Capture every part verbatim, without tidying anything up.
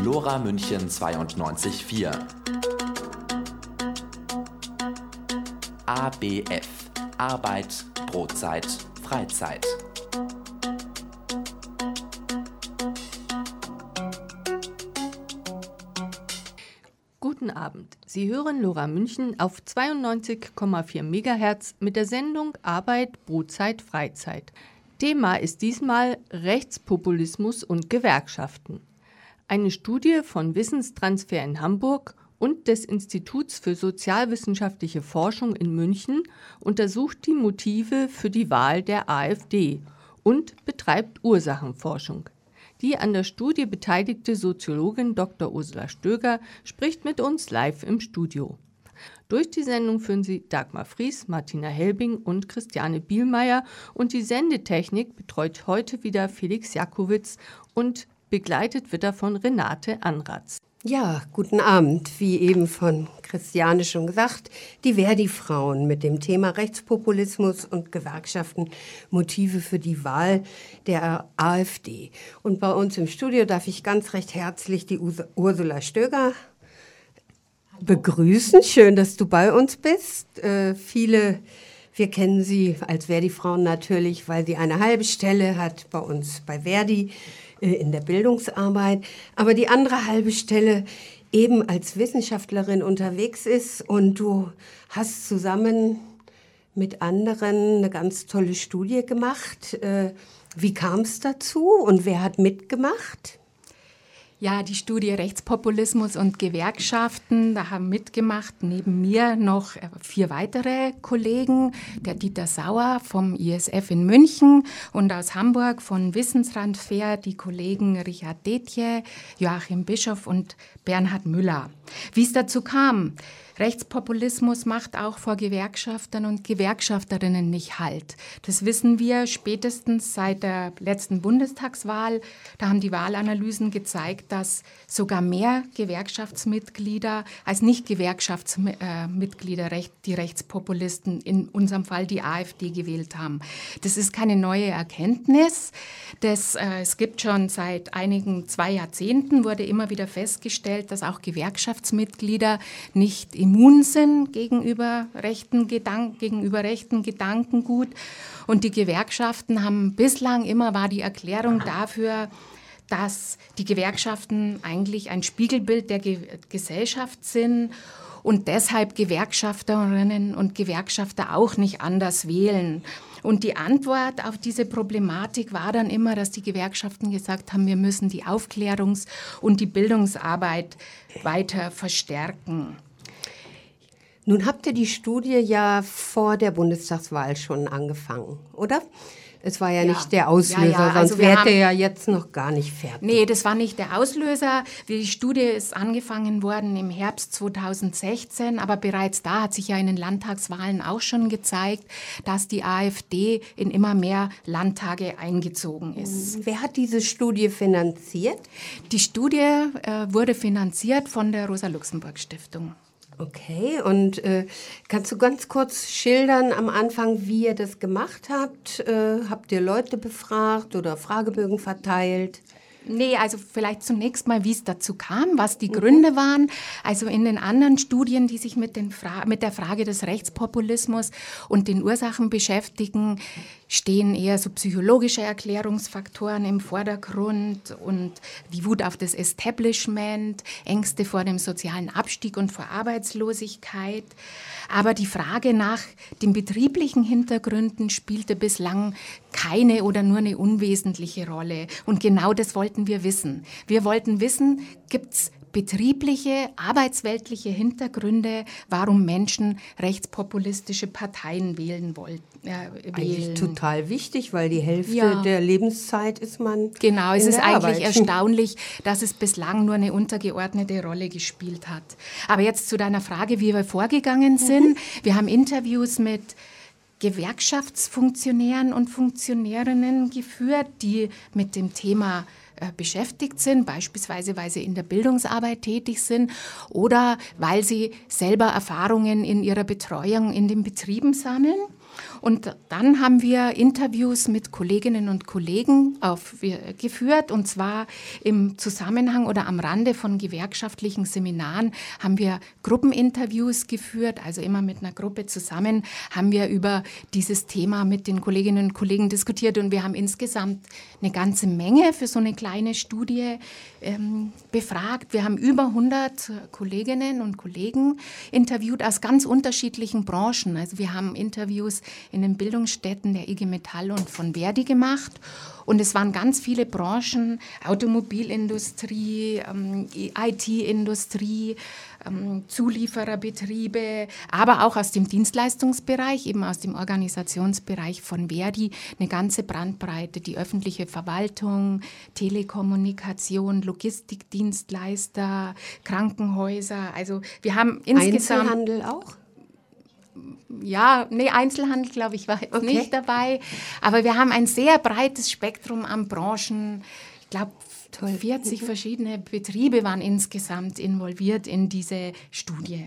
Lora München zweiundneunzig Komma vier. A B F. Arbeit, Brotzeit, Freizeit. Guten Abend. Sie hören Lora München auf zweiundneunzig Komma vier Megahertz mit der Sendung Arbeit, Brotzeit, Freizeit. Thema ist diesmal Rechtspopulismus und Gewerkschaften. Eine Studie von Wissenstransfer in Hamburg und des Instituts für sozialwissenschaftliche Forschung in München untersucht die Motive für die Wahl der AfD und betreibt Ursachenforschung. Die an der Studie beteiligte Soziologin Doktor Ursula Stöger spricht mit uns live im Studio. Durch die Sendung führen sie Dagmar Fries, Martina Helbing und Christiane Bielmeier und die Sendetechnik betreut heute wieder Felix Jakowitz und begleitet wird er von Renate Anratz. Ja, guten Abend. Wie eben von Christiane schon gesagt, die Verdi-Frauen mit dem Thema Rechtspopulismus und Gewerkschaften, Motive für die Wahl der AfD. Und bei uns im Studio darf ich ganz recht herzlich die Urs- Ursula Stöger begrüßen. Schön, dass du bei uns bist. Äh, viele, wir kennen sie als Verdi-Frauen natürlich, weil sie eine halbe Stelle hat bei uns bei Verdi in der Bildungsarbeit, aber die andere halbe Stelle eben als Wissenschaftlerin unterwegs ist und du hast zusammen mit anderen eine ganz tolle Studie gemacht. Wie kam es dazu und wer hat mitgemacht? Ja, die Studie Rechtspopulismus und Gewerkschaften, da haben mitgemacht neben mir noch vier weitere Kollegen, der Dieter Sauer vom I S F in München und aus Hamburg von Wissenstransfer die Kollegen Richard Detje, Joachim Bischof und Bernhard Müller. Wie es dazu kam: Rechtspopulismus macht auch vor Gewerkschaftern und Gewerkschafterinnen nicht Halt. Das wissen wir spätestens seit der letzten Bundestagswahl. Da haben die Wahlanalysen gezeigt, dass sogar mehr Gewerkschaftsmitglieder als Nicht-Gewerkschaftsmitglieder die Rechtspopulisten, in unserem Fall die AfD, gewählt haben. Das ist keine neue Erkenntnis. Das, äh, es gibt schon seit einigen zwei Jahrzehnten, wurde immer wieder festgestellt, dass auch Gewerkschaftsmitglieder nicht immun sind gegenüber rechten, Gedank- gegenüber rechten Gedankengut. Und die Gewerkschaften haben bislang immer, war die Erklärung dafür, dass die Gewerkschaften eigentlich ein Spiegelbild der Ge- Gesellschaft sind und deshalb Gewerkschafterinnen und Gewerkschafter auch nicht anders wählen. Und die Antwort auf diese Problematik war dann immer, dass die Gewerkschaften gesagt haben, wir müssen die Aufklärungs- und die Bildungsarbeit weiter verstärken. Nun habt ihr die Studie ja vor der Bundestagswahl schon angefangen, oder? Es war ja, ja nicht der Auslöser, ja, ja. Also sonst wärt ihr ja jetzt noch gar nicht fertig. Nee, das war nicht der Auslöser. Die Studie ist angefangen worden im Herbst zweitausendsechzehn, aber bereits da hat sich ja in den Landtagswahlen auch schon gezeigt, dass die AfD in immer mehr Landtage eingezogen ist. Wer hat diese Studie finanziert? Die Studie äh, wurde finanziert von der Rosa-Luxemburg-Stiftung. Okay, und äh, kannst du ganz kurz schildern am Anfang, wie ihr das gemacht habt? Äh, habt ihr Leute befragt oder Fragebögen verteilt? Nee, also vielleicht zunächst mal, wie es dazu kam, was die Gründe waren. Also in den anderen Studien, die sich mit, den Fra- mit der Frage des Rechtspopulismus und den Ursachen beschäftigen, stehen eher so psychologische Erklärungsfaktoren im Vordergrund und die Wut auf das Establishment, Ängste vor dem sozialen Abstieg und vor Arbeitslosigkeit. Aber die Frage nach den betrieblichen Hintergründen spielte bislang keine oder nur eine unwesentliche Rolle. Und genau das wollten wir wissen. Wir wollten wissen, gibt es betriebliche, arbeitsweltliche Hintergründe, warum Menschen rechtspopulistische Parteien wählen wollten. Äh, Eigentlich total wichtig, weil die Hälfte ja. der Lebenszeit ist man Genau, es in ist der eigentlich Arbeit. erstaunlich, dass es bislang nur eine untergeordnete Rolle gespielt hat. Aber jetzt zu deiner Frage, wie wir vorgegangen sind. Mhm. Wir haben Interviews mit Gewerkschaftsfunktionären und Funktionärinnen geführt, die mit dem Thema beschäftigt sind, beispielsweise weil sie in der Bildungsarbeit tätig sind oder weil sie selber Erfahrungen in ihrer Betreuung in den Betrieben sammeln. Und dann haben wir Interviews mit Kolleginnen und Kollegen aufgeführt, und zwar im Zusammenhang oder am Rande von gewerkschaftlichen Seminaren haben wir Gruppeninterviews geführt, also immer mit einer Gruppe zusammen haben wir über dieses Thema mit den Kolleginnen und Kollegen diskutiert, und wir haben insgesamt eine ganze Menge für so eine kleine Studie ähm, befragt. Wir haben über hundert Kolleginnen und Kollegen interviewt aus ganz unterschiedlichen Branchen. Also wir haben Interviews in den Bildungsstätten der I G Metall und von Verdi gemacht. Und es waren ganz viele Branchen, Automobilindustrie, ähm, I T-Industrie, ähm, Zuliefererbetriebe, aber auch aus dem Dienstleistungsbereich, eben aus dem Organisationsbereich von Verdi, eine ganze Bandbreite, die öffentliche Verwaltung, Telekommunikation, Logistikdienstleister, Krankenhäuser. Also wir haben insgesamt... Einzelhandel auch? Ja, nee, Einzelhandel, glaube ich, war jetzt okay. nicht dabei. Aber wir haben ein sehr breites Spektrum an Branchen. Ich glaube, vierzig mhm. verschiedene Betriebe waren insgesamt involviert in diese Studie.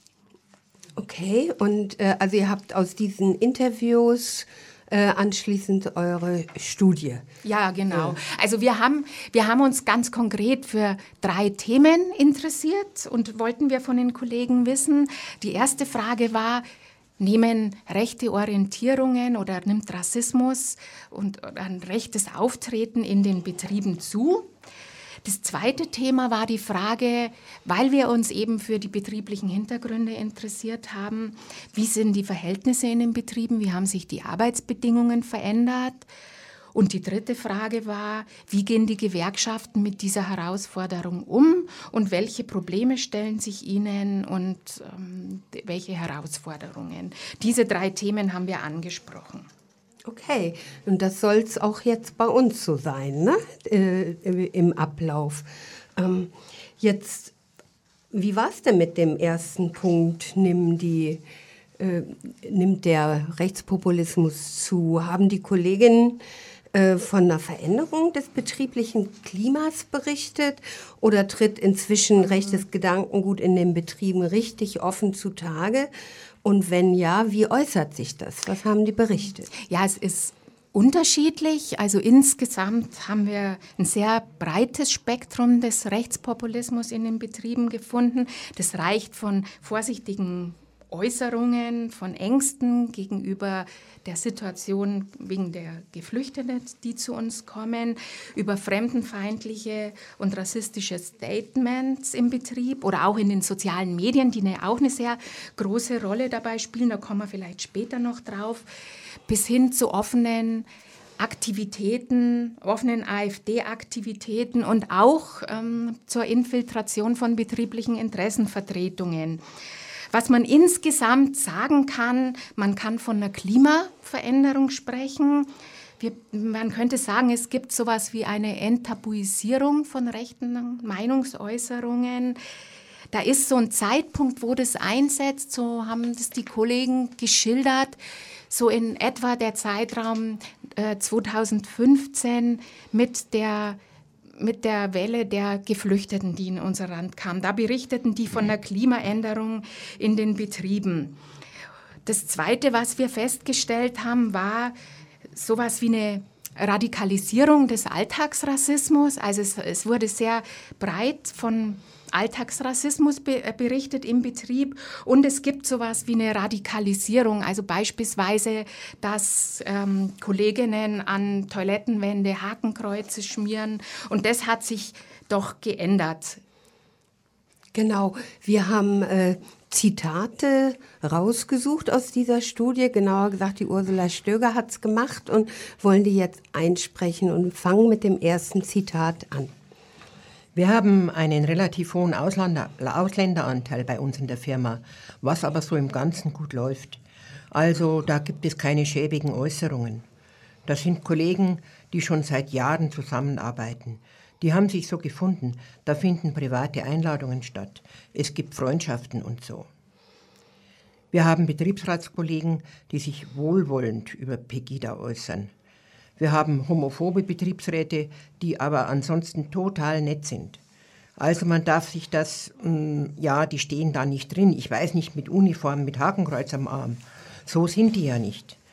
Okay, und äh, also ihr habt aus diesen Interviews äh, anschließend eure Studie. Ja, genau. Also wir haben, wir haben uns ganz konkret für drei Themen interessiert und wollten wir von den Kollegen wissen. Die erste Frage war, nehmen rechte Orientierungen oder nimmt Rassismus und ein rechtes Auftreten in den Betrieben zu? Das zweite Thema war die Frage, weil wir uns eben für die betrieblichen Hintergründe interessiert haben, wie sind die Verhältnisse in den Betrieben, wie haben sich die Arbeitsbedingungen verändert? Und die dritte Frage war, wie gehen die Gewerkschaften mit dieser Herausforderung um und welche Probleme stellen sich ihnen und ähm, welche Herausforderungen? Diese drei Themen haben wir angesprochen. Okay, und das soll es auch jetzt bei uns so sein, ne? Äh, im Ablauf. Ähm, jetzt, wie war es denn mit dem ersten Punkt? Nimm die, äh, nimmt der Rechtspopulismus zu? Haben die Kolleginnen von einer Veränderung des betrieblichen Klimas berichtet oder tritt inzwischen rechtes Gedankengut in den Betrieben richtig offen zutage? Und wenn ja, wie äußert sich das? Was haben die berichtet? Ja, es ist unterschiedlich. Also insgesamt haben wir ein sehr breites Spektrum des Rechtspopulismus in den Betrieben gefunden. Das reicht von vorsichtigen Äußerungen, von Ängsten gegenüber der Situation wegen der Geflüchteten, die zu uns kommen, über fremdenfeindliche und rassistische Statements im Betrieb oder auch in den sozialen Medien, die eine, auch eine sehr große Rolle dabei spielen, da kommen wir vielleicht später noch drauf, bis hin zu offenen Aktivitäten, offenen AfD-Aktivitäten und auch ähm, zur Infiltration von betrieblichen Interessenvertretungen. Was man insgesamt sagen kann, man kann von einer Klimaveränderung sprechen. Wir, man könnte sagen, es gibt sowas wie eine Enttabuisierung von rechten Meinungsäußerungen. Da ist so ein Zeitpunkt, wo das einsetzt, so haben das die Kollegen geschildert, so in etwa der Zeitraum äh, zweitausendfünfzehn mit der mit der Welle der Geflüchteten, die in unser Land kam. Da berichteten die von der Klimaänderung in den Betrieben. Das Zweite, was wir festgestellt haben, war sowas wie eine Radikalisierung des Alltagsrassismus. Also es, es wurde sehr breit von Alltagsrassismus be- berichtet im Betrieb und es gibt sowas wie eine Radikalisierung, also beispielsweise, dass ähm, Kolleginnen an Toilettenwände Hakenkreuze schmieren und das hat sich doch geändert. Genau, wir haben äh, Zitate rausgesucht aus dieser Studie, genauer gesagt, die Ursula Stöger hat es gemacht und wollen die jetzt einsprechen und fangen mit dem ersten Zitat an. Wir haben einen relativ hohen Ausländer, Ausländeranteil bei uns in der Firma, was aber so im Ganzen gut läuft. Also da gibt es keine schäbigen Äußerungen. Das sind Kollegen, die schon seit Jahren zusammenarbeiten. Die haben sich so gefunden, da finden private Einladungen statt. Es gibt Freundschaften und so. Wir haben Betriebsratskollegen, die sich wohlwollend über Pegida äußern. Wir haben homophobe Betriebsräte, die aber ansonsten total nett sind. Also man darf sich das, mh, ja, die stehen da nicht drin. Ich weiß nicht, mit Uniform, mit Hakenkreuz am Arm. So sind die ja nicht.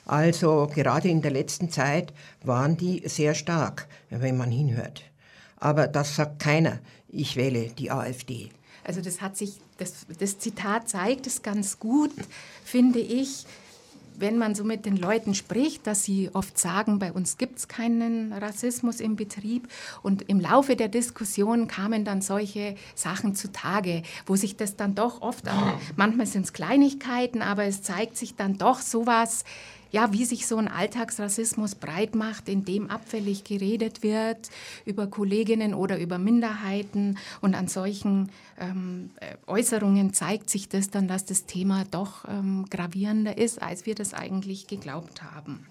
Also gerade in der letzten Zeit waren die sehr stark, wenn man hinhört. Aber das sagt keiner, ich wähle die AfD. Also das hat sich, das, das Zitat zeigt es ganz gut, finde ich, wenn man so mit den Leuten spricht, dass sie oft sagen, bei uns gibt es keinen Rassismus im Betrieb. Und im Laufe der Diskussion kamen dann solche Sachen zutage, wo sich das dann doch oft, auch, manchmal sind es Kleinigkeiten, aber es zeigt sich dann doch sowas, ja, wie sich so ein Alltagsrassismus breit macht, in dem abfällig geredet wird über Kolleginnen oder über Minderheiten. Und an solchen ähm, Äußerungen zeigt sich das dann, dass das Thema doch ähm, gravierender ist, als wir das eigentlich geglaubt haben.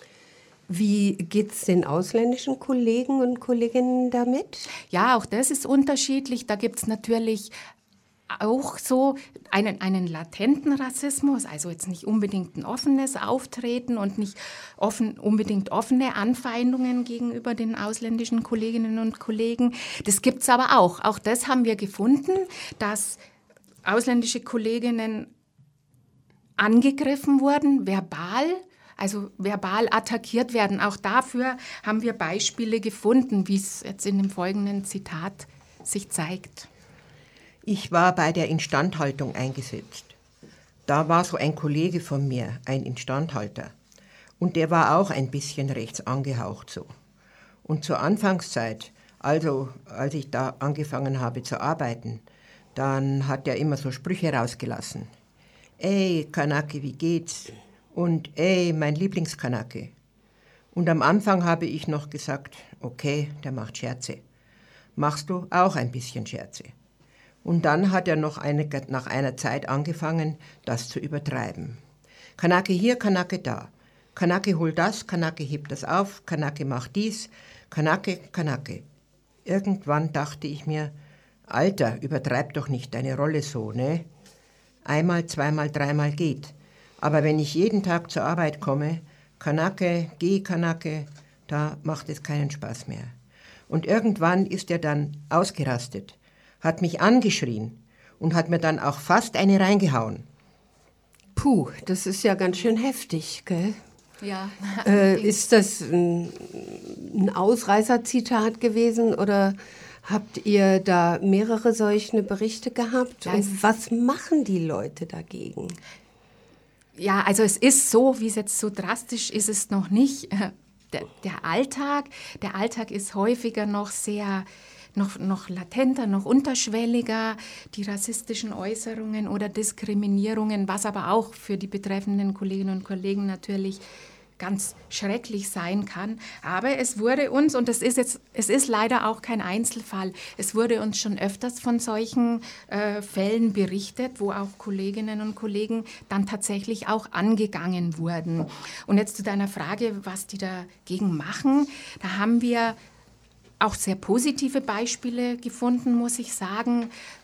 Wie geht es den ausländischen Kollegen und Kolleginnen damit? Ja, auch das ist unterschiedlich. Da gibt es natürlich auch so einen, einen latenten Rassismus, also jetzt nicht unbedingt ein offenes Auftreten und nicht offen, unbedingt offene Anfeindungen gegenüber den ausländischen Kolleginnen und Kollegen. Das gibt es aber auch. Auch das haben wir gefunden, dass ausländische Kolleginnen angegriffen wurden, verbal, also verbal attackiert werden. Auch dafür haben wir Beispiele gefunden, wie es jetzt in dem folgenden Zitat sich zeigt. Ich war bei der Instandhaltung eingesetzt. Da war so ein Kollege von mir, ein Instandhalter. Und der war auch ein bisschen rechts angehaucht so. Und zur Anfangszeit, also als ich da angefangen habe zu arbeiten, dann hat er immer so Sprüche rausgelassen. Ey, Kanake, wie geht's? Und ey, mein Lieblingskanake. Und am Anfang habe ich noch gesagt, okay, der macht Scherze. Machst du auch ein bisschen Scherze? Und dann hat er noch eine, nach einer Zeit angefangen, das zu übertreiben. Kanake hier, Kanake da. Kanake holt das, Kanake hebt das auf, Kanake macht dies, Kanake, Kanake. Irgendwann dachte ich mir, Alter, übertreib doch nicht deine Rolle so, ne? Einmal, zweimal, dreimal geht. Aber wenn ich jeden Tag zur Arbeit komme, Kanake, geh Kanake, da macht es keinen Spaß mehr. Und irgendwann ist er dann ausgerastet, hat mich angeschrien und hat mir dann auch fast eine reingehauen. Puh, das ist ja ganz schön heftig, gell? Ja. Äh, ist das ein, ein Ausreißerzitat gewesen oder habt ihr da mehrere solche Berichte gehabt? Ja, und was machen die Leute dagegen? Ja, also es ist so, wie es jetzt so drastisch ist es noch nicht. Der, der Alltag, der Alltag ist häufiger noch sehr Noch, noch latenter, noch unterschwelliger, die rassistischen Äußerungen oder Diskriminierungen, was aber auch für die betreffenden Kolleginnen und Kollegen natürlich ganz schrecklich sein kann. Aber es wurde uns, und es ist jetzt, es ist leider auch kein Einzelfall, es wurde uns schon öfters von solchen äh, Fällen berichtet, wo auch Kolleginnen und Kollegen dann tatsächlich auch angegangen wurden. Und jetzt zu deiner Frage, was die dagegen machen, da haben wir auch sehr positive Beispiele gefunden, muss ich sagen,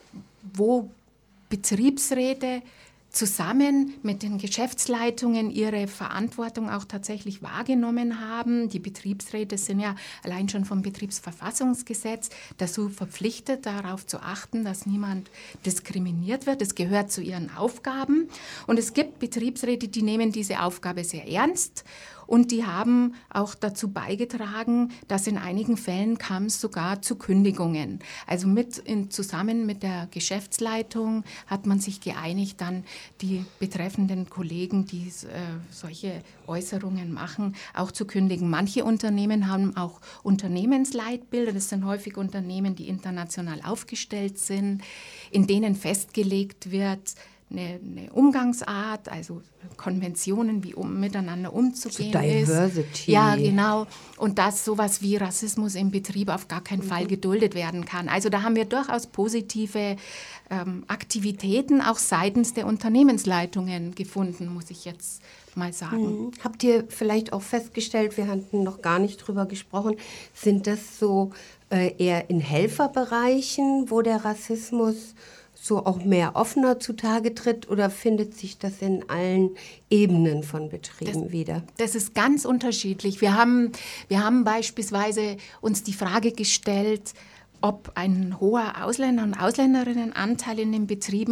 wo Betriebsräte zusammen mit den Geschäftsleitungen ihre Verantwortung auch tatsächlich wahrgenommen haben. Die Betriebsräte sind ja allein schon vom Betriebsverfassungsgesetz dazu verpflichtet, darauf zu achten, dass niemand diskriminiert wird. Das gehört zu ihren Aufgaben. Und es gibt Betriebsräte, die nehmen diese Aufgabe sehr ernst. Und die haben auch dazu beigetragen, dass in einigen Fällen kam es sogar zu Kündigungen. Also mit in, zusammen mit der Geschäftsleitung hat man sich geeinigt, dann die betreffenden Kollegen, die äh, solche Äußerungen machen, auch zu kündigen. Manche Unternehmen haben auch Unternehmensleitbilder. Das sind häufig Unternehmen, die international aufgestellt sind, in denen festgelegt wird, Eine, eine Umgangsart, also Konventionen, wie um miteinander umzugehen so Diversity. ist. Ja, genau. Und dass sowas wie Rassismus im Betrieb auf gar keinen Fall geduldet werden kann. Also da haben wir durchaus positive ähm, Aktivitäten auch seitens der Unternehmensleitungen gefunden, muss ich jetzt mal sagen. Mhm. Habt ihr vielleicht auch festgestellt, wir hatten noch gar nicht drüber gesprochen, sind das so äh, eher in Helferbereichen, wo der Rassismus so auch mehr offener zutage tritt, oder findet sich das in allen Ebenen von Betrieben das, wieder? Das ist ganz unterschiedlich. Wir haben, wir haben beispielsweise uns die Frage gestellt, ob ein hoher Ausländer- und Ausländerinnenanteil in den Betrieben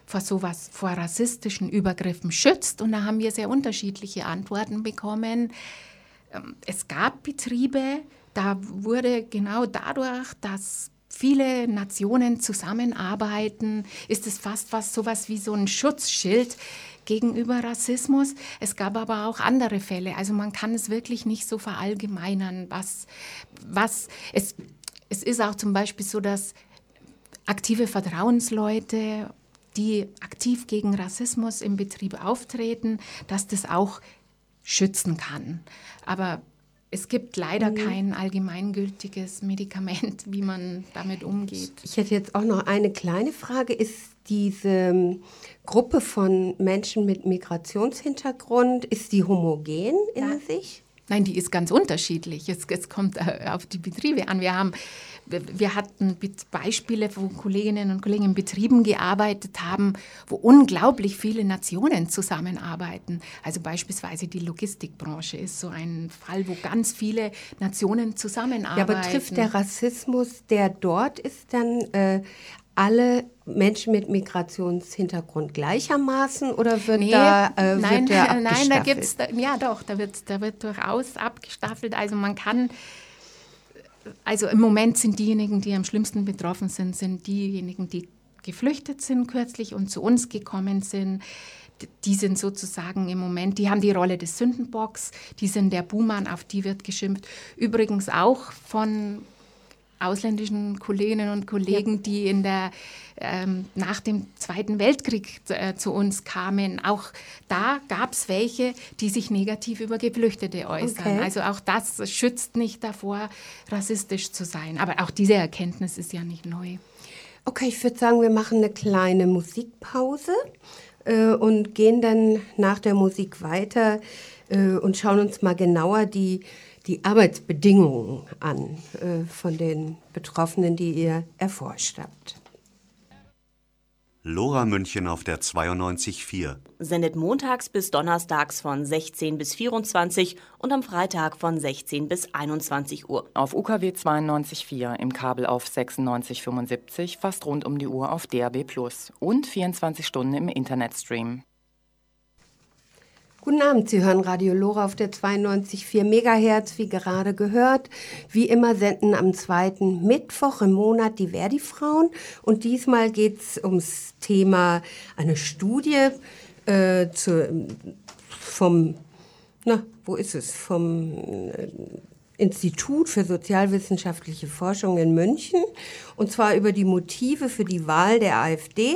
vor sowas, vor rassistischen Übergriffen schützt. Und da haben wir sehr unterschiedliche Antworten bekommen. Es gab Betriebe, da wurde genau dadurch, dass viele Nationen zusammenarbeiten, ist es fast was sowas wie so ein Schutzschild gegenüber Rassismus. Es gab aber auch andere Fälle. Also man kann es wirklich nicht so verallgemeinern. Was, was es, es ist auch zum Beispiel so, dass aktive Vertrauensleute, die aktiv gegen Rassismus im Betrieb auftreten, dass das auch schützen kann. Aber es gibt leider kein allgemeingültiges Medikament, wie man damit umgeht. Ich hätte jetzt auch noch eine kleine Frage. Ist diese Gruppe von Menschen mit Migrationshintergrund, ist die homogen in Nein. sich? Nein, die ist ganz unterschiedlich. Es, es kommt auf die Betriebe an. Wir haben, wir hatten Beispiele, wo Kolleginnen und Kollegen in Betrieben gearbeitet haben, wo unglaublich viele Nationen zusammenarbeiten. Also beispielsweise die Logistikbranche ist so ein Fall, wo ganz viele Nationen zusammenarbeiten. Ja, aber trifft der Rassismus, der dort ist, dann äh, alle Menschen mit Migrationshintergrund gleichermaßen oder wird nee, da äh, wird nein, der abgestaffelt? Nein, da gibt's, ja doch, da wird, da wird durchaus abgestaffelt. Also man kann, also im Moment sind diejenigen, die am schlimmsten betroffen sind, sind diejenigen, die geflüchtet sind kürzlich und zu uns gekommen sind. Die sind sozusagen im Moment, die haben die Rolle des Sündenbocks, die sind der Buhmann, auf die wird geschimpft. Übrigens auch von ausländischen Kolleginnen und Kollegen, ja. die in der, ähm, nach dem Zweiten Weltkrieg äh, zu uns kamen. Auch da gab es welche, die sich negativ über Geflüchtete äußern. Okay. Also auch das schützt nicht davor, rassistisch zu sein. Aber auch diese Erkenntnis ist ja nicht neu. Okay, ich würde sagen, wir machen eine kleine Musikpause äh, und gehen dann nach der Musik weiter äh, und schauen uns mal genauer die die Arbeitsbedingungen an äh, von den Betroffenen, die ihr erforscht habt. Lora München auf der zweiundneunzig Komma vier. Sendet montags bis donnerstags von sechzehn bis vierundzwanzig und am Freitag von sechzehn bis einundzwanzig Uhr. Auf U K W zweiundneunzig Komma vier, im Kabel auf sechsundneunzig Komma fünfundsiebzig, fast rund um die Uhr auf D A B plus und vierundzwanzig Stunden im Internetstream. Guten Abend, Sie hören Radio Lora auf der zweiundneunzig Komma vier Megahertz, wie gerade gehört. Wie immer senden am zweiten Mittwoch im Monat die Verdi-Frauen. Und diesmal geht es ums Thema, eine Studie äh, zu, vom, na, wo ist es, vom äh, Institut für sozialwissenschaftliche Forschung in München. Und zwar über die Motive für die Wahl der AfD.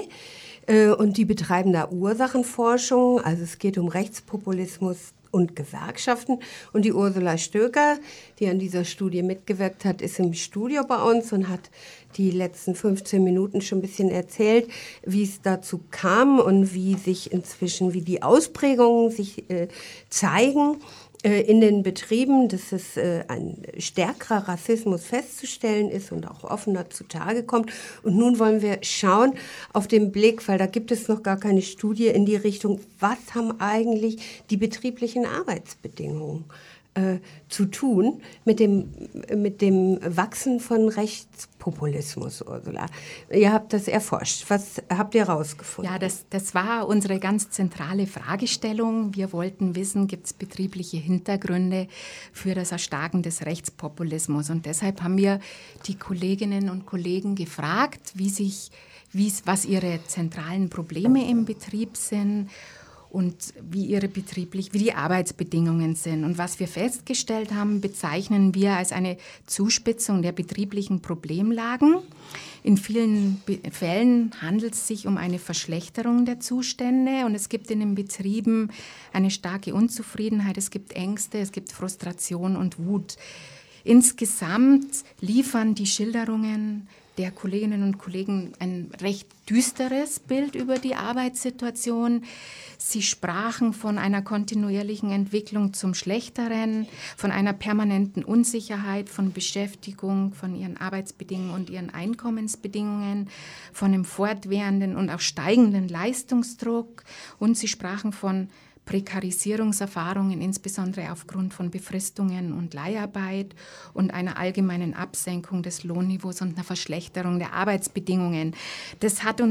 Und die betreiben da Ursachenforschung, also es geht um Rechtspopulismus und Gewerkschaften. Und die Ursula Stöker, die an dieser Studie mitgewirkt hat, ist im Studio bei uns und hat die letzten fünfzehn Minuten schon ein bisschen erzählt, wie es dazu kam und wie sich inzwischen, wie die Ausprägungen sich äh, zeigen in den Betrieben, dass es äh, ein stärkerer Rassismus festzustellen ist und auch offener zutage kommt. Und nun wollen wir schauen auf den Blick, weil da gibt es noch gar keine Studie in die Richtung, was haben eigentlich die betrieblichen Arbeitsbedingungen äh, zu tun mit dem, mit dem Wachsen von Rechtspopulismus, Ursula. Ihr habt das erforscht. Was habt ihr herausgefunden? Ja, das, das war unsere ganz zentrale Fragestellung. Wir wollten wissen, gibt es betriebliche Hintergründe für das Erstarken des Rechtspopulismus? Und deshalb haben wir die Kolleginnen und Kollegen gefragt, wie sich, wie, was ihre zentralen Probleme im Betrieb sind und wie ihre betrieblich, wie die Arbeitsbedingungen sind. Und was wir festgestellt haben, bezeichnen wir als eine Zuspitzung der betrieblichen Problemlagen. In vielen Be- Fällen handelt es sich um eine Verschlechterung der Zustände und es gibt in den Betrieben eine starke Unzufriedenheit, es gibt Ängste, es gibt Frustration und Wut. Insgesamt liefern die Schilderungen der Kolleginnen und Kollegen ein recht düsteres Bild über die Arbeitssituation. Sie sprachen von einer kontinuierlichen Entwicklung zum Schlechteren, von einer permanenten Unsicherheit, von Beschäftigung, von ihren Arbeitsbedingungen und ihren Einkommensbedingungen, von einem fortwährenden und auch steigenden Leistungsdruck. Und sie sprachen von Prekarisierungserfahrungen, insbesondere aufgrund von Befristungen und Leiharbeit und einer allgemeinen Absenkung des Lohnniveaus und einer Verschlechterung der Arbeitsbedingungen. Das hat uns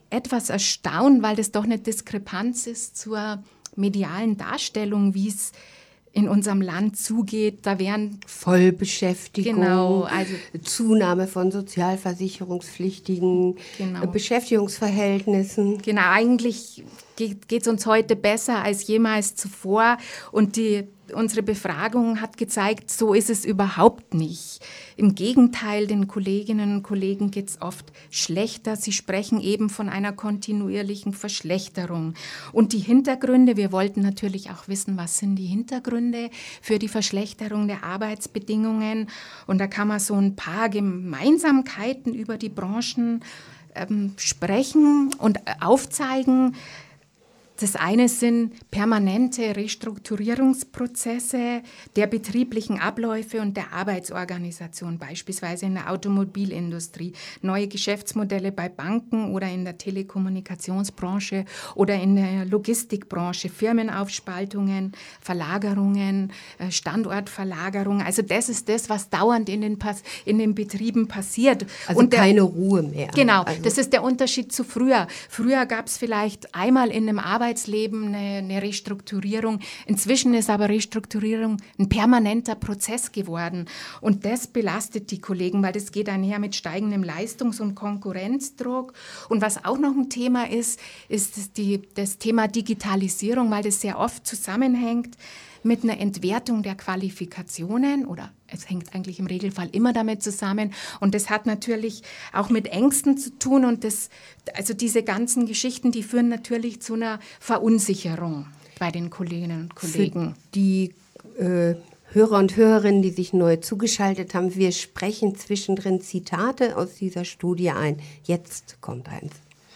etwas erstaunt, weil das doch eine Diskrepanz ist zur medialen Darstellung, wie es in unserem Land zugeht. Da wären Vollbeschäftigung, genau, also Zunahme von sozialversicherungspflichtigen genau. Beschäftigungsverhältnissen. Genau, eigentlich geht es uns heute besser als jemals zuvor. Und die, unsere Befragung hat gezeigt, so ist es überhaupt nicht. Im Gegenteil, den Kolleginnen und Kollegen geht es oft schlechter. Sie sprechen eben von einer kontinuierlichen Verschlechterung. Und die Hintergründe, wir wollten natürlich auch wissen, was sind die Hintergründe für die Verschlechterung der Arbeitsbedingungen. Und da kann man so ein paar Gemeinsamkeiten über die Branchen ähm, sprechen und aufzeigen. Das eine sind permanente Restrukturierungsprozesse der betrieblichen Abläufe und der Arbeitsorganisation, beispielsweise in der Automobilindustrie, neue Geschäftsmodelle bei Banken oder in der Telekommunikationsbranche oder in der Logistikbranche, Firmenaufspaltungen, Verlagerungen, Standortverlagerungen. Also das ist das, was dauernd in den, Pas- in den Betrieben passiert. Also und der, keine Ruhe mehr. Genau, also das ist der Unterschied zu früher. Früher gab es vielleicht einmal in einem Arbeitsleben eine, eine Restrukturierung. Inzwischen ist aber Restrukturierung ein permanenter Prozess geworden. Und das belastet die Kollegen, weil das geht einher mit steigendem Leistungs- und Konkurrenzdruck. Und was auch noch ein Thema ist, ist das, die, das Thema Digitalisierung, weil das sehr oft zusammenhängt mit einer Entwertung der Qualifikationen oder es hängt eigentlich im Regelfall immer damit zusammen und das hat natürlich auch mit Ängsten zu tun und das, also diese ganzen Geschichten, die führen natürlich zu einer Verunsicherung bei den Kolleginnen und Kollegen. Für die äh, Hörer und Hörerinnen, die sich neu zugeschaltet haben, wir sprechen zwischendrin Zitate aus dieser Studie ein. Jetzt kommt eins.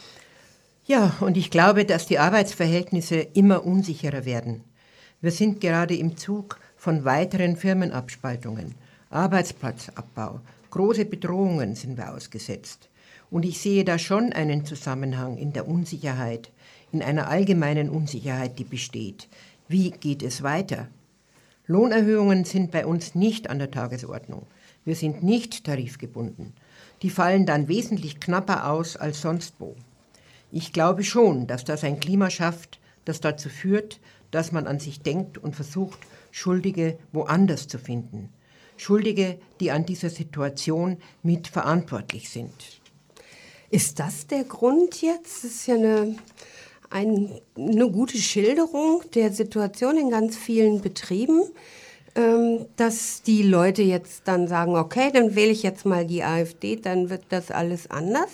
Ja, und ich glaube, dass die Arbeitsverhältnisse immer unsicherer werden. Wir sind gerade im Zug von weiteren Firmenabspaltungen, Arbeitsplatzabbau, große Bedrohungen sind wir ausgesetzt. Und ich sehe da schon einen Zusammenhang in der Unsicherheit, in einer allgemeinen Unsicherheit, die besteht. Wie geht es weiter? Lohnerhöhungen sind bei uns nicht an der Tagesordnung. Wir sind nicht tarifgebunden. Die fallen dann wesentlich knapper aus als sonst wo. Ich glaube schon, dass das ein Klima schafft, das dazu führt, dass man an sich denkt und versucht, Schuldige woanders zu finden. Schuldige, die an dieser Situation mitverantwortlich sind. Ist das der Grund jetzt? Das ist ja eine, ein, eine gute Schilderung der Situation in ganz vielen Betrieben, ähm, dass die Leute jetzt dann sagen, okay, dann wähle ich jetzt mal die AfD, dann wird das alles anders?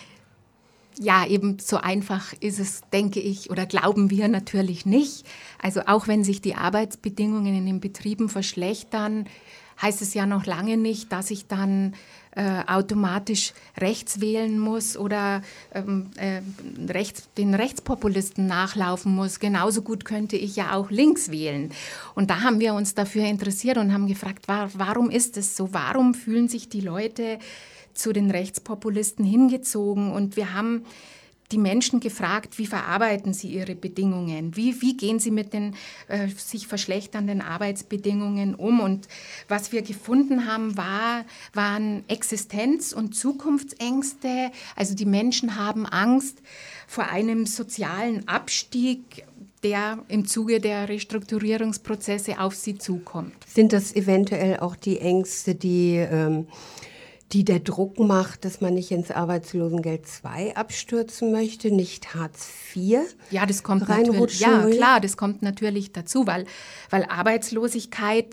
Ja, eben so einfach ist es, denke ich, oder glauben wir natürlich nicht. Also auch wenn sich die Arbeitsbedingungen in den Betrieben verschlechtern, heißt es ja noch lange nicht, dass ich dann äh, automatisch rechts wählen muss oder ähm, äh, rechts, den Rechtspopulisten nachlaufen muss. Genauso gut könnte ich ja auch links wählen. Und da haben wir uns dafür interessiert und haben gefragt, war, warum ist es so? Warum fühlen sich die Leute zu den Rechtspopulisten hingezogen? Und wir haben die Menschen gefragt, wie verarbeiten sie ihre Bedingungen? Wie, wie gehen sie mit den äh, sich verschlechternden Arbeitsbedingungen um? Und was wir gefunden haben, war, waren Existenz- und Zukunftsängste. Also die Menschen haben Angst vor einem sozialen Abstieg, der im Zuge der Restrukturierungsprozesse auf sie zukommt. Sind das eventuell auch die Ängste, die ähm die der Druck macht, dass man nicht ins Arbeitslosengeld zwei abstürzen möchte, nicht Hartz vier? Ja, das kommt natürlich. Ja, klar, das kommt natürlich dazu, weil, weil Arbeitslosigkeit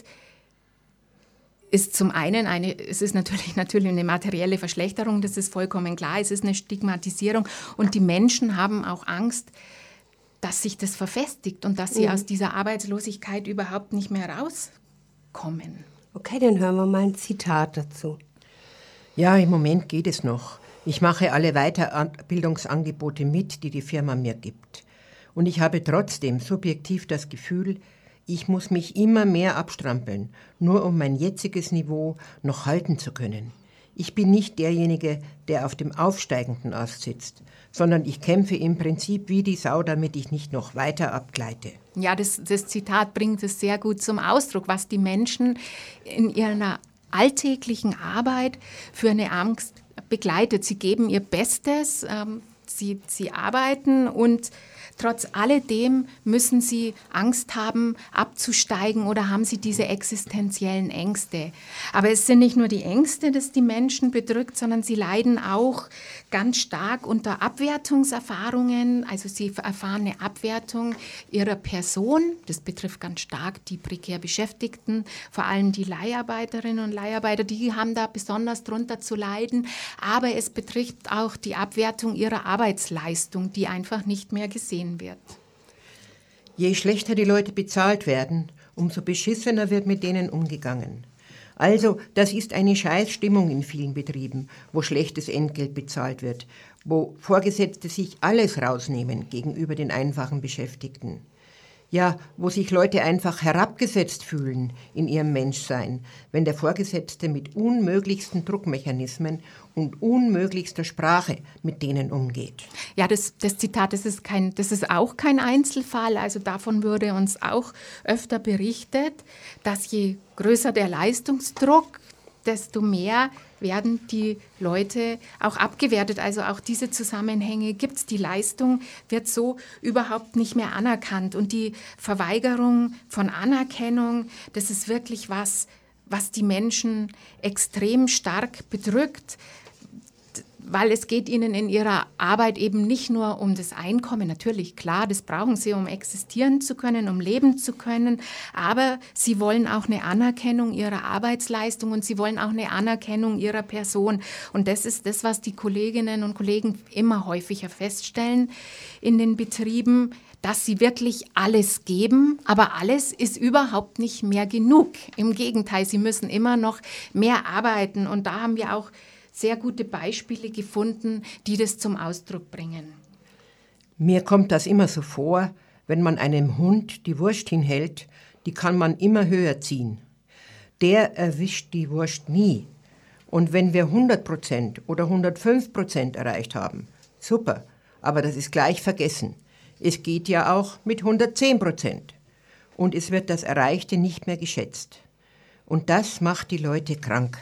ist zum einen eine, es ist natürlich, natürlich eine materielle Verschlechterung, das ist vollkommen klar, es ist eine Stigmatisierung und die Menschen haben auch Angst, dass sich das verfestigt und dass sie mhm. aus dieser Arbeitslosigkeit überhaupt nicht mehr rauskommen. Okay, dann hören wir mal ein Zitat dazu. Ja, im Moment geht es noch. Ich mache alle Weiterbildungsangebote mit, die die Firma mir gibt. Und ich habe trotzdem subjektiv das Gefühl, ich muss mich immer mehr abstrampeln, nur um mein jetziges Niveau noch halten zu können. Ich bin nicht derjenige, der auf dem aufsteigenden Ast sitzt, sondern ich kämpfe im Prinzip wie die Sau, damit ich nicht noch weiter abgleite. Ja, das, das Zitat bringt es sehr gut zum Ausdruck, was die Menschen in ihrer alltäglichen Arbeit für eine Angst begleitet. Sie geben ihr Bestes, ähm, Sie, sie arbeiten und trotz alledem müssen sie Angst haben, abzusteigen oder haben sie diese existenziellen Ängste. Aber es sind nicht nur die Ängste, das die Menschen bedrückt, sondern sie leiden auch ganz stark unter Abwertungserfahrungen. Also sie erfahren eine Abwertung ihrer Person. Das betrifft ganz stark die prekär Beschäftigten, vor allem die Leiharbeiterinnen und Leiharbeiter. Die haben da besonders drunter zu leiden. Aber es betrifft auch die Abwertung ihrer Arbeitsleistung, die einfach nicht mehr gesehen wird. Je schlechter die Leute bezahlt werden, umso beschissener wird mit denen umgegangen. Also, das ist eine Scheißstimmung in vielen Betrieben, wo schlechtes Entgelt bezahlt wird, wo Vorgesetzte sich alles rausnehmen gegenüber den einfachen Beschäftigten. Ja, wo sich Leute einfach herabgesetzt fühlen in ihrem Menschsein, wenn der Vorgesetzte mit unmöglichsten Druckmechanismen und unmöglichster Sprache mit denen umgeht. Ja, das, das Zitat, das ist, kein, das ist auch kein Einzelfall. Also davon wurde uns auch öfter berichtet, dass je größer der Leistungsdruck, desto mehr werden die Leute auch abgewertet. Also auch diese Zusammenhänge gibt es. Die Leistung wird so überhaupt nicht mehr anerkannt. Und die Verweigerung von Anerkennung, das ist wirklich was, was die Menschen extrem stark bedrückt. Weil es geht ihnen in ihrer Arbeit eben nicht nur um das Einkommen. Natürlich, klar, das brauchen sie, um existieren zu können, um leben zu können. Aber sie wollen auch eine Anerkennung ihrer Arbeitsleistung und sie wollen auch eine Anerkennung ihrer Person. Und das ist das, was die Kolleginnen und Kollegen immer häufiger feststellen in den Betrieben, dass sie wirklich alles geben, aber alles ist überhaupt nicht mehr genug. Im Gegenteil, sie müssen immer noch mehr arbeiten. Und da haben wir auch sehr gute Beispiele gefunden, die das zum Ausdruck bringen. Mir kommt das immer so vor, wenn man einem Hund die Wurst hinhält, die kann man immer höher ziehen. Der erwischt die Wurst nie. Und wenn wir hundert Prozent oder hundertfünf Prozent erreicht haben, super, aber das ist gleich vergessen. Es geht ja auch mit hundertzehn Prozent. Und es wird das Erreichte nicht mehr geschätzt. Und das macht die Leute krank.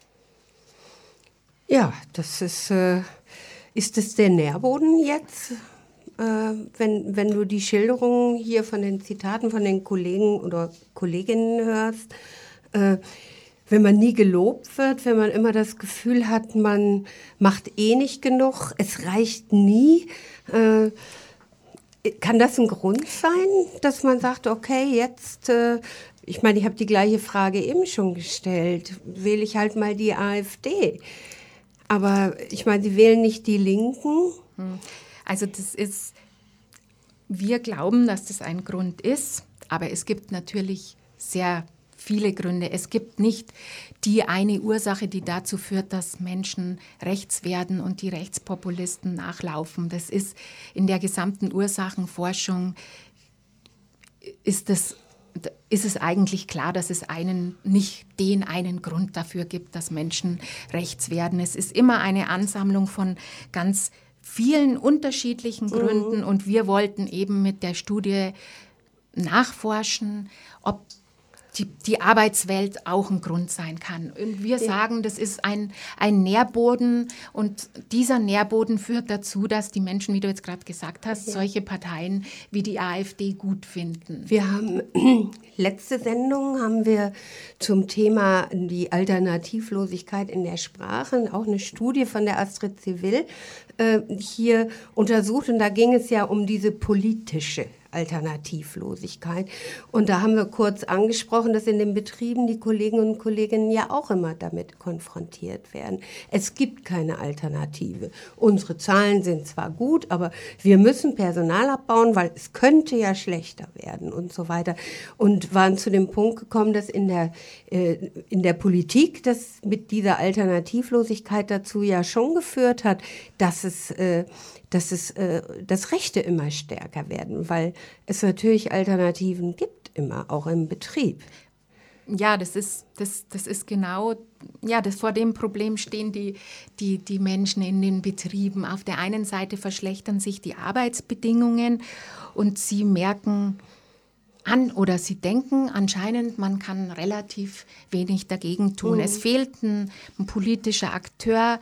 Ja, das ist, äh, ist das der Nährboden jetzt, äh, wenn, wenn du die Schilderungen hier von den Zitaten von den Kollegen oder Kolleginnen hörst, äh, wenn man nie gelobt wird, wenn man immer das Gefühl hat, man macht eh nicht genug, es reicht nie, äh, kann das ein Grund sein, dass man sagt, okay, jetzt, äh, ich meine, ich habe die gleiche Frage eben schon gestellt, wähle ich halt mal die AfD. Aber ich meine, Sie wählen nicht die Linken. Also das ist, wir glauben, dass das ein Grund ist, aber es gibt natürlich sehr viele Gründe. Es gibt nicht die eine Ursache, die dazu führt, dass Menschen rechts werden und die Rechtspopulisten nachlaufen. Das ist in der gesamten Ursachenforschung, ist das ist es eigentlich klar, dass es einen, nicht den einen Grund dafür gibt, dass Menschen rechts werden. Es ist immer eine Ansammlung von ganz vielen unterschiedlichen Gründen. Mhm. Und wir wollten eben mit der Studie nachforschen, ob die, die Arbeitswelt auch ein Grund sein kann. Und wir sagen, das ist ein, ein Nährboden und dieser Nährboden führt dazu, dass die Menschen, wie du jetzt gerade gesagt hast, ja, solche Parteien wie die AfD gut finden. Wir haben, letzte Sendung haben wir zum Thema die Alternativlosigkeit in der Sprache auch eine Studie von der Astrid Zivil äh, hier untersucht und da ging es ja um diese politische Alternativlosigkeit. Und da haben wir kurz angesprochen, dass in den Betrieben die Kolleginnen und Kollegen ja auch immer damit konfrontiert werden. Es gibt keine Alternative. Unsere Zahlen sind zwar gut, aber wir müssen Personal abbauen, weil es könnte ja schlechter werden und so weiter. Und waren zu dem Punkt gekommen, dass in der, äh, in der Politik das mit dieser Alternativlosigkeit dazu ja schon geführt hat, dass es äh, dass es, äh, dass Rechte immer stärker werden, weil es natürlich Alternativen gibt, immer, auch im Betrieb. Ja, das ist, das, das ist genau, ja, das, vor dem Problem stehen die, die, die Menschen in den Betrieben. Auf der einen Seite verschlechtern sich die Arbeitsbedingungen und sie merken an oder sie denken anscheinend, man kann relativ wenig dagegen tun. Mhm. Es fehlt ein, ein politischer Akteur,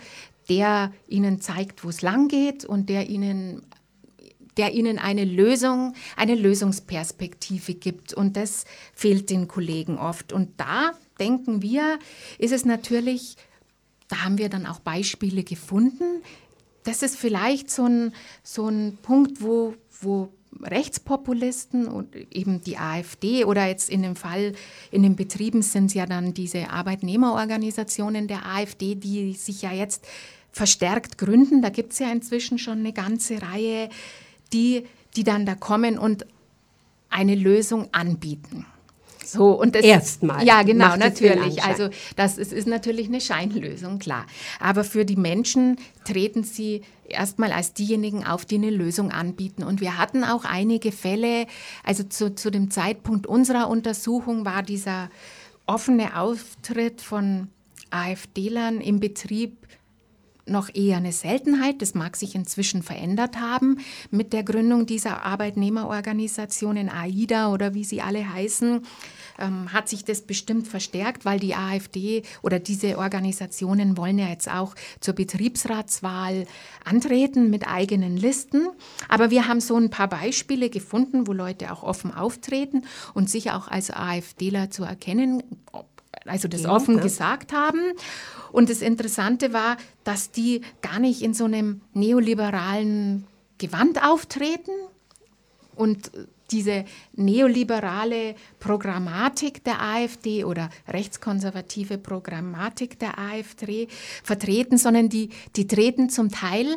der ihnen zeigt, wo es lang geht und der ihnen, der ihnen eine Lösung, eine Lösungsperspektive gibt. Und das fehlt den Kollegen oft. Und da denken wir, ist es natürlich, da haben wir dann auch Beispiele gefunden. Das ist vielleicht so ein, so ein Punkt, wo, wo Rechtspopulisten und eben die AfD oder jetzt in dem Fall in den Betrieben sind es ja dann diese Arbeitnehmerorganisationen der AfD, die sich ja jetzt verstärkt gründen. Da gibt es ja inzwischen schon eine ganze Reihe, die, die dann da kommen und eine Lösung anbieten. So, und das, Erstmal. Ja, genau, Macht es den natürlich. Anschein. Also das ist, ist natürlich eine Scheinlösung, klar. Aber für die Menschen treten sie erstmal als diejenigen auf, die eine Lösung anbieten. Und wir hatten auch einige Fälle, also zu, zu dem Zeitpunkt unserer Untersuchung war dieser offene Auftritt von AfDlern im Betrieb noch eher eine Seltenheit. Das mag sich inzwischen verändert haben mit der Gründung dieser Arbeitnehmerorganisationen, AIDA oder wie sie alle heißen, ähm, hat sich das bestimmt verstärkt, weil die AfD oder diese Organisationen wollen ja jetzt auch zur Betriebsratswahl antreten mit eigenen Listen. Aber wir haben so ein paar Beispiele gefunden, wo Leute auch offen auftreten und sich auch als AfDler zu erkennen, also das Ja, offen ja. gesagt haben. Und das Interessante war, dass die gar nicht in so einem neoliberalen Gewand auftreten und diese neoliberale Programmatik der AfD oder rechtskonservative Programmatik der AfD vertreten, sondern die, die treten zum Teil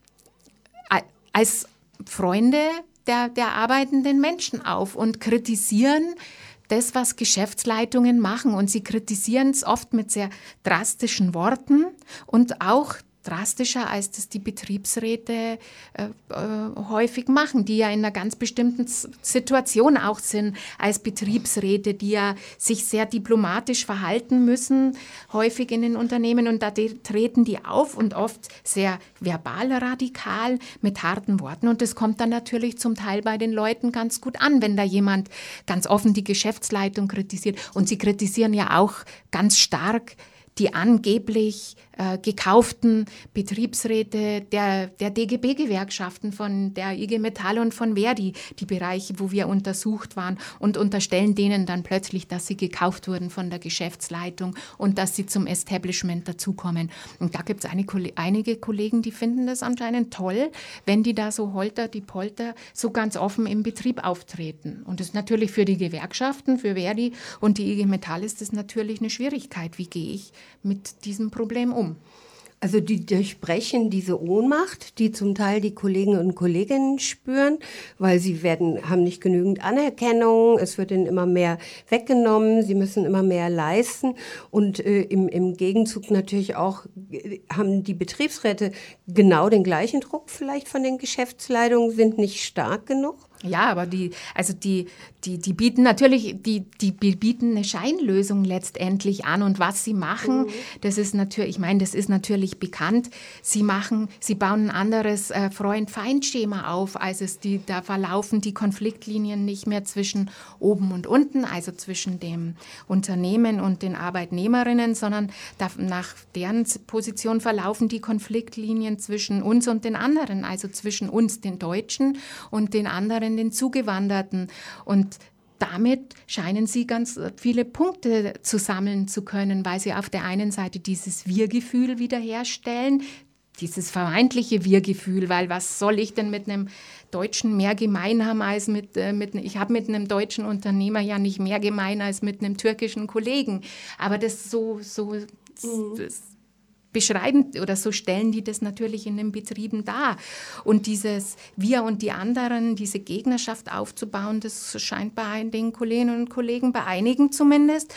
als Freunde der, der arbeitenden Menschen auf und kritisieren das, was Geschäftsleitungen machen. Und sie kritisieren es oft mit sehr drastischen Worten und auch drastischer, als das die Betriebsräte äh, äh, häufig machen, die ja in einer ganz bestimmten S- Situation auch sind als Betriebsräte, die ja sich sehr diplomatisch verhalten müssen, häufig in den Unternehmen. Und da de- treten die auf und oft sehr verbal radikal mit harten Worten. Und das kommt dann natürlich zum Teil bei den Leuten ganz gut an, wenn da jemand ganz offen die Geschäftsleitung kritisiert. Und sie kritisieren ja auch ganz stark die angeblich äh, gekauften Betriebsräte der, der D G B-Gewerkschaften von der I G Metall und von Verdi, die Bereiche, wo wir untersucht waren, und unterstellen denen dann plötzlich, dass sie gekauft wurden von der Geschäftsleitung und dass sie zum Establishment dazukommen. Und da gibt es eine, einige Kollegen, die finden das anscheinend toll, wenn die da so holter die Polter so ganz offen im Betrieb auftreten. Und das ist natürlich für die Gewerkschaften, für Verdi und die I G Metall ist das natürlich eine Schwierigkeit. Wie gehe ich mit diesem Problem um? Also die durchbrechen diese Ohnmacht, die zum Teil die Kollegen und Kolleginnen spüren, weil sie werden, haben nicht genügend Anerkennung, es wird ihnen immer mehr weggenommen, sie müssen immer mehr leisten und äh, im, im Gegenzug natürlich auch äh, haben die Betriebsräte genau den gleichen Druck vielleicht von den Geschäftsleitungen, sind nicht stark genug. Ja, aber die, also die, die, die bieten natürlich, die, die bieten eine Scheinlösung letztendlich an. Und was sie machen, mhm. das ist natürlich, ich meine, das ist natürlich bekannt. Sie machen, sie bauen ein anderes äh, Freund-Feind-Schema auf, als es die, da verlaufen die Konfliktlinien nicht mehr zwischen oben und unten, also zwischen dem Unternehmen und den Arbeitnehmerinnen, sondern da, nach deren Position verlaufen die Konfliktlinien zwischen uns und den anderen, also zwischen uns, den Deutschen, und den anderen, den Zugewanderten. Und damit scheinen sie ganz viele Punkte zu sammeln zu können, weil sie auf der einen Seite dieses Wir-Gefühl wiederherstellen, dieses vermeintliche Wir-Gefühl, weil was soll ich denn mit einem Deutschen mehr gemein haben als mit, äh, mit ich habe mit einem deutschen Unternehmer ja nicht mehr gemein als mit einem türkischen Kollegen. Aber das so, so mhm. das, beschreiben oder so stellen die das natürlich in den Betrieben dar. Und dieses Wir und die anderen, diese Gegnerschaft aufzubauen, das scheint bei den Kolleginnen und Kollegen, bei einigen zumindest,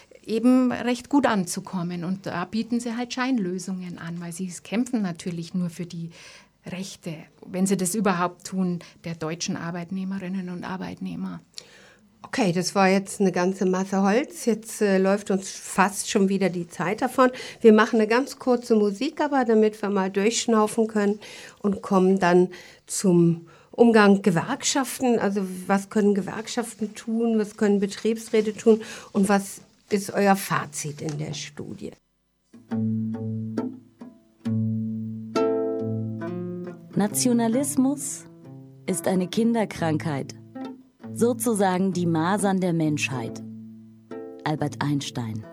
eben recht gut anzukommen. Und da bieten sie halt Scheinlösungen an, weil sie kämpfen natürlich nur für die Rechte, wenn sie das überhaupt tun, der deutschen Arbeitnehmerinnen und Arbeitnehmer. Okay, das war jetzt eine ganze Masse Holz. Jetzt äh, läuft uns fast schon wieder die Zeit davon. Wir machen eine ganz kurze Musik, aber damit wir mal durchschnaufen können und kommen dann zum Umgang Gewerkschaften. Also was können Gewerkschaften tun, was können Betriebsräte tun und was ist euer Fazit in der Studie? Nationalismus ist eine Kinderkrankheit, sozusagen die Masern der Menschheit. Albert Einstein.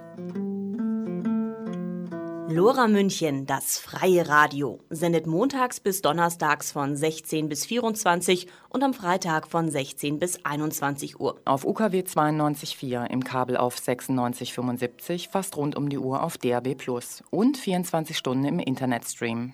Lora München, das freie Radio, sendet montags bis donnerstags von sechzehn bis vierundzwanzig und am Freitag von sechzehn bis einundzwanzig Uhr. Auf U K W zweiundneunzig Komma vier, im Kabel auf sechsundneunzig Komma fünfundsiebzig, fast rund um die Uhr auf D A B plus und vierundzwanzig Stunden im Internetstream.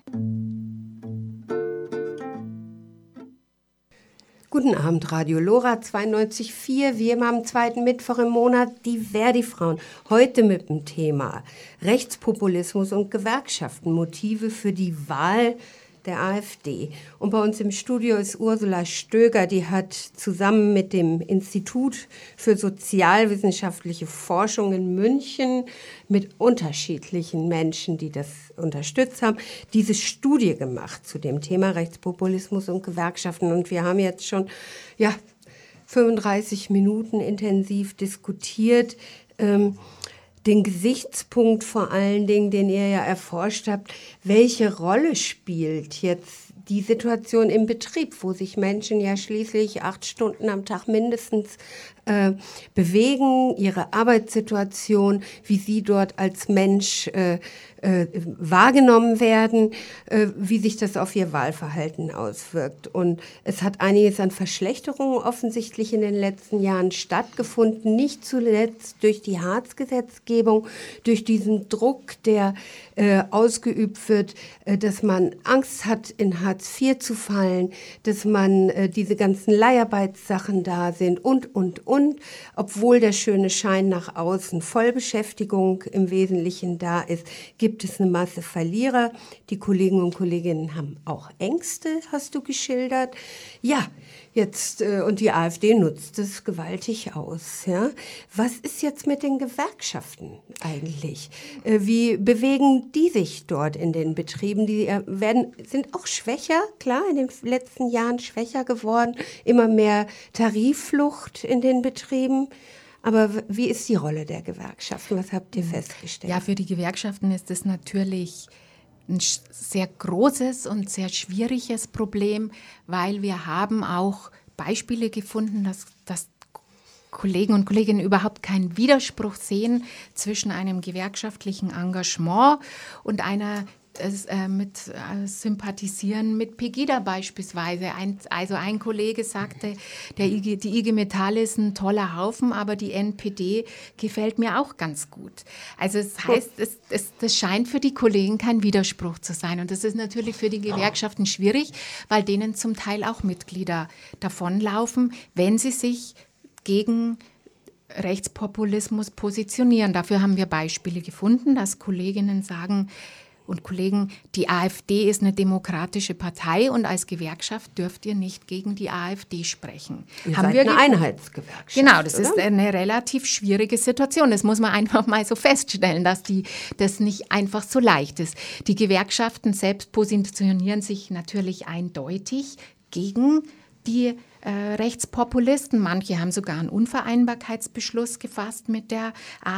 Guten Abend, Radio Lora zweiundneunzig Komma vier. Wir haben am zweiten Mittwoch im Monat die Verdi-Frauen. Heute mit dem Thema Rechtspopulismus und Gewerkschaften, Motive für die Wahl der AfD. Und bei uns im Studio ist Ursula Stöger, die hat zusammen mit dem Institut für sozialwissenschaftliche Forschung in München mit unterschiedlichen Menschen, die das unterstützt haben, diese Studie gemacht zu dem Thema Rechtspopulismus und Gewerkschaften. Und wir haben jetzt schon ja, fünfunddreißig Minuten intensiv diskutiert. Ähm, den Gesichtspunkt vor allen Dingen, den ihr ja erforscht habt, welche Rolle spielt jetzt die Situation im Betrieb, wo sich Menschen ja schließlich acht Stunden am Tag mindestens äh, bewegen, ihre Arbeitssituation, wie sie dort als Mensch äh, äh, wahrgenommen werden, äh, wie sich das auf ihr Wahlverhalten auswirkt. Und es hat einiges an Verschlechterungen offensichtlich in den letzten Jahren stattgefunden, nicht zuletzt durch die Hartz-Gesetzgebung, durch diesen Druck, der äh, ausgeübt wird, äh, dass man Angst hat, in Hartz vier zu fallen, dass man äh, diese ganzen Leiharbeitssachen da sind und, und, und, obwohl der schöne Schein nach außen Vollbeschäftigung im Wesentlichen da ist, gibt es eine Masse Verlierer. Die Kollegen und Kolleginnen haben auch Ängste, hast du geschildert. Ja, jetzt, äh, und die AfD nutzt es gewaltig aus. Ja? Was ist jetzt mit den Gewerkschaften eigentlich? Äh, wie bewegen die sich dort in den Betrieben? Die äh, werden, sind auch schwächer, klar, in den letzten Jahren schwächer geworden. Immer mehr Tarifflucht in den Betrieben. Aber wie ist die Rolle der Gewerkschaften? Was habt ihr festgestellt? Ja, für die Gewerkschaften ist es natürlich ein sehr großes und sehr schwieriges Problem, weil wir haben auch Beispiele gefunden, dass, dass Kollegen und Kolleginnen überhaupt keinen Widerspruch sehen zwischen einem gewerkschaftlichen Engagement und einer äh, mit äh, Sympathisieren mit Pegida beispielsweise. Ein, also ein Kollege sagte, der I G, die I G Metall ist ein toller Haufen, aber die N P D gefällt mir auch ganz gut. Also es heißt, es, es, das scheint für die Kollegen kein Widerspruch zu sein. Und das ist natürlich für die Gewerkschaften schwierig, weil denen zum Teil auch Mitglieder davonlaufen, wenn sie sich gegen Rechtspopulismus positionieren. Dafür haben wir Beispiele gefunden, dass Kolleginnen sagen und Kollegen, die AfD ist eine demokratische Partei und als Gewerkschaft dürft ihr nicht gegen die AfD sprechen. Ihr haben seid wir eine gefunden. Einheitsgewerkschaft. Genau, das oder? ist eine relativ schwierige Situation. Das muss man einfach mal so feststellen, dass die, das nicht einfach so leicht ist. Die Gewerkschaften selbst positionieren sich natürlich eindeutig gegen die äh, Rechtspopulisten. Manche haben sogar einen Unvereinbarkeitsbeschluss gefasst mit der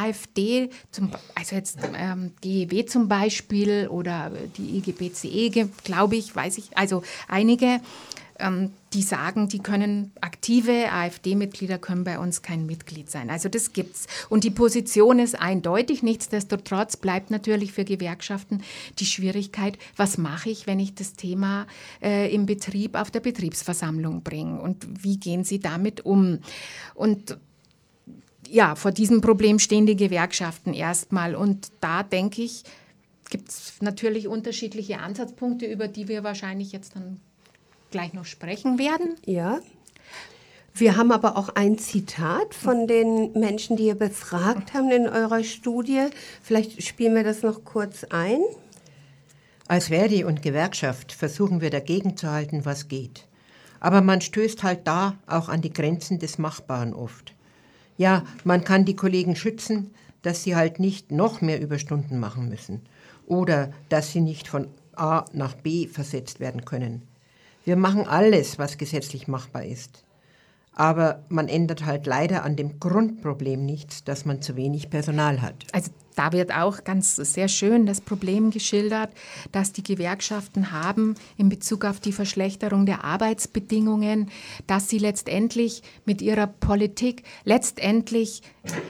AfD, zum, also jetzt ähm, G E W zum Beispiel oder die I G B C E, glaube ich, weiß ich, also einige, ähm, die sagen, die können, aktive AfD-Mitglieder können bei uns kein Mitglied sein. Also das gibt's. Und die Position ist eindeutig. Nichtsdestotrotz bleibt natürlich für Gewerkschaften die Schwierigkeit, was mache ich, wenn ich das Thema äh, im Betrieb auf der Betriebsversammlung bringe und wie gehen Sie damit um? Und ja, vor diesem Problem stehen die Gewerkschaften erstmal. Und da denke ich, gibt es natürlich unterschiedliche Ansatzpunkte, über die wir wahrscheinlich jetzt dann gleich noch sprechen werden. Ja. Wir haben aber auch ein Zitat von den Menschen, die ihr befragt haben in eurer Studie. Vielleicht spielen wir das noch kurz ein. Als Verdi und Gewerkschaft versuchen wir dagegen zu halten, was geht. Aber man stößt halt da auch an die Grenzen des Machbaren oft. Ja, man kann die Kollegen schützen, dass sie halt nicht noch mehr Überstunden machen müssen oder dass sie nicht von A nach B versetzt werden können. Wir machen alles, was gesetzlich machbar ist. Aber man ändert halt leider an dem Grundproblem nichts, dass man zu wenig Personal hat. Also da wird auch ganz sehr schön das Problem geschildert, dass die Gewerkschaften haben in Bezug auf die Verschlechterung der Arbeitsbedingungen, dass sie letztendlich mit ihrer Politik letztendlich